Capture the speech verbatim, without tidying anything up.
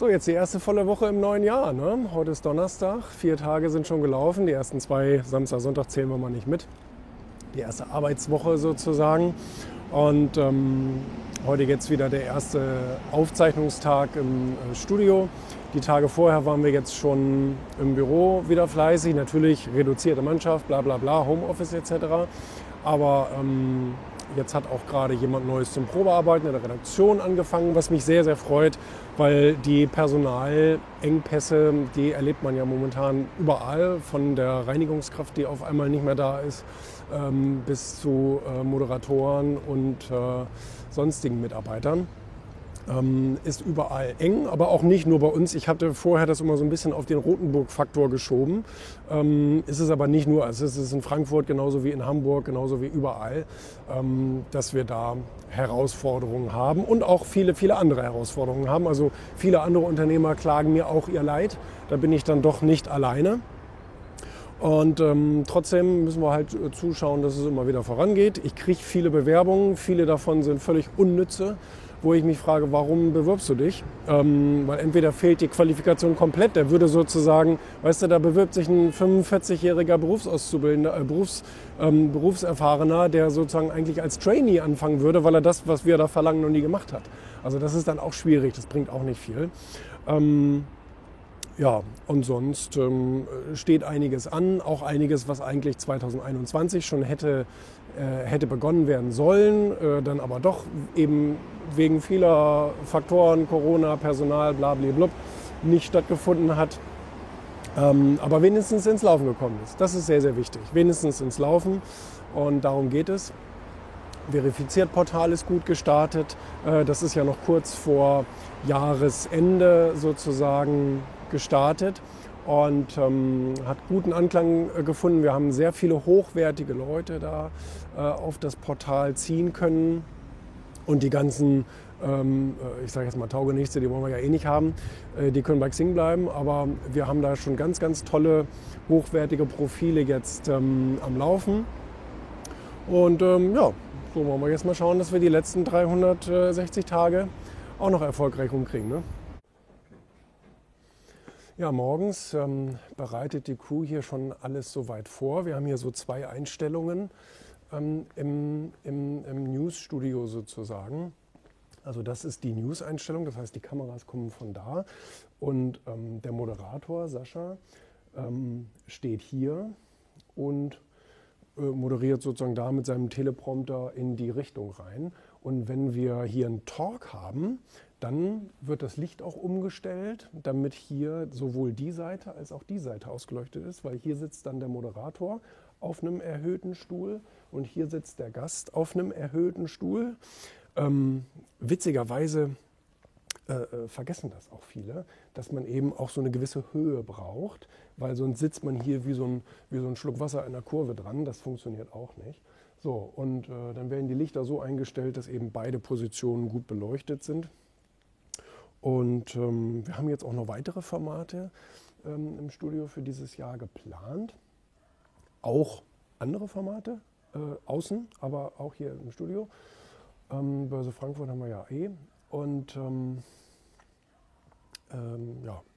So, jetzt die erste volle Woche im neuen Jahr. Ne? Heute ist Donnerstag, vier Tage sind schon gelaufen. Die ersten zwei, Samstag, Sonntag zählen wir mal nicht mit. Die erste Arbeitswoche sozusagen. Und ähm, heute jetzt wieder der erste Aufzeichnungstag im äh, Studio. Die Tage vorher waren wir jetzt schon im Büro wieder fleißig. Natürlich reduzierte Mannschaft, bla bla bla, Homeoffice et cetera. Aber ähm, jetzt hat auch gerade jemand Neues zum Probearbeiten in der Redaktion angefangen, was mich sehr, sehr freut, weil die Personalengpässe, die erlebt man ja momentan überall, von der Reinigungskraft, die auf einmal nicht mehr da ist, ähm, bis zu äh, Moderatoren und äh, sonstigen Mitarbeitern. Ähm, ist überall eng, aber auch nicht nur bei uns. Ich hatte vorher das immer so ein bisschen auf den Rothenburg-Faktor geschoben. Ähm, ist es aber nicht nur. Also es ist in Frankfurt genauso wie in Hamburg, genauso wie überall, ähm, dass wir da Herausforderungen haben und auch viele, viele andere Herausforderungen haben. Also viele andere Unternehmer klagen mir auch ihr Leid. Da bin ich dann doch nicht alleine. Und ähm, trotzdem müssen wir halt zuschauen, dass es immer wieder vorangeht. Ich kriege viele Bewerbungen, viele davon sind völlig unnütze, wo ich mich frage, warum bewirbst du dich? Ähm, weil entweder fehlt die Qualifikation komplett, der würde sozusagen, weißt du, da bewirbt sich ein fünfundvierzigjähriger Berufsauszubildender, äh, Berufs, ähm, Berufserfahrener, der sozusagen eigentlich als Trainee anfangen würde, weil er das, was wir da verlangen, noch nie gemacht hat. Also das ist dann auch schwierig, das bringt auch nicht viel. Ähm, Ja, und sonst ähm, steht einiges an, auch einiges, was eigentlich zweitausendeinundzwanzig schon hätte, äh, hätte begonnen werden sollen, äh, dann aber doch eben wegen vieler Faktoren, Corona, Personal, blablabla, nicht stattgefunden hat. Ähm, aber wenigstens ins Laufen gekommen ist. Das ist sehr, sehr wichtig. Wenigstens ins Laufen, und darum geht es. Verifiziert-Portal ist gut gestartet. Äh, das ist ja noch kurz vor Jahresende sozusagen gestartet und ähm, hat guten Anklang äh, gefunden. Wir haben sehr viele hochwertige Leute da äh, auf das Portal ziehen können, und die ganzen, ähm, ich sage jetzt mal Taugenichtse, die wollen wir ja eh nicht haben, äh, die können bei Xing bleiben, aber wir haben da schon ganz, ganz tolle, hochwertige Profile jetzt ähm, am Laufen. Und ähm, ja, so wollen wir jetzt mal schauen, dass wir die letzten dreihundertsechzig Tage auch noch erfolgreich rumkriegen. Ne? Ja, morgens ähm, bereitet die Crew hier schon alles soweit vor. Wir haben hier so zwei Einstellungen ähm, im, im, im News-Studio sozusagen. Also das ist die News-Einstellung, das heißt, die Kameras kommen von da. Und ähm, der Moderator, Sascha, ähm, steht hier und äh, moderiert sozusagen da mit seinem Teleprompter in die Richtung rein. Und wenn wir hier einen Talk haben, dann wird das Licht auch umgestellt, damit hier sowohl die Seite als auch die Seite ausgeleuchtet ist, weil hier sitzt dann der Moderator auf einem erhöhten Stuhl und hier sitzt der Gast auf einem erhöhten Stuhl. Ähm, witzigerweise äh, äh, vergessen das auch viele, dass man eben auch so eine gewisse Höhe braucht, weil sonst sitzt man hier wie so ein, wie so ein Schluck Wasser in der Kurve dran. Das funktioniert auch nicht. So, und äh, dann werden die Lichter so eingestellt, dass eben beide Positionen gut beleuchtet sind. Und ähm, wir haben jetzt auch noch weitere Formate ähm, im Studio für dieses Jahr geplant. Auch andere Formate äh, außen, aber auch hier im Studio. Ähm, Börse Frankfurt haben wir ja eh. Und ähm, ähm, ja,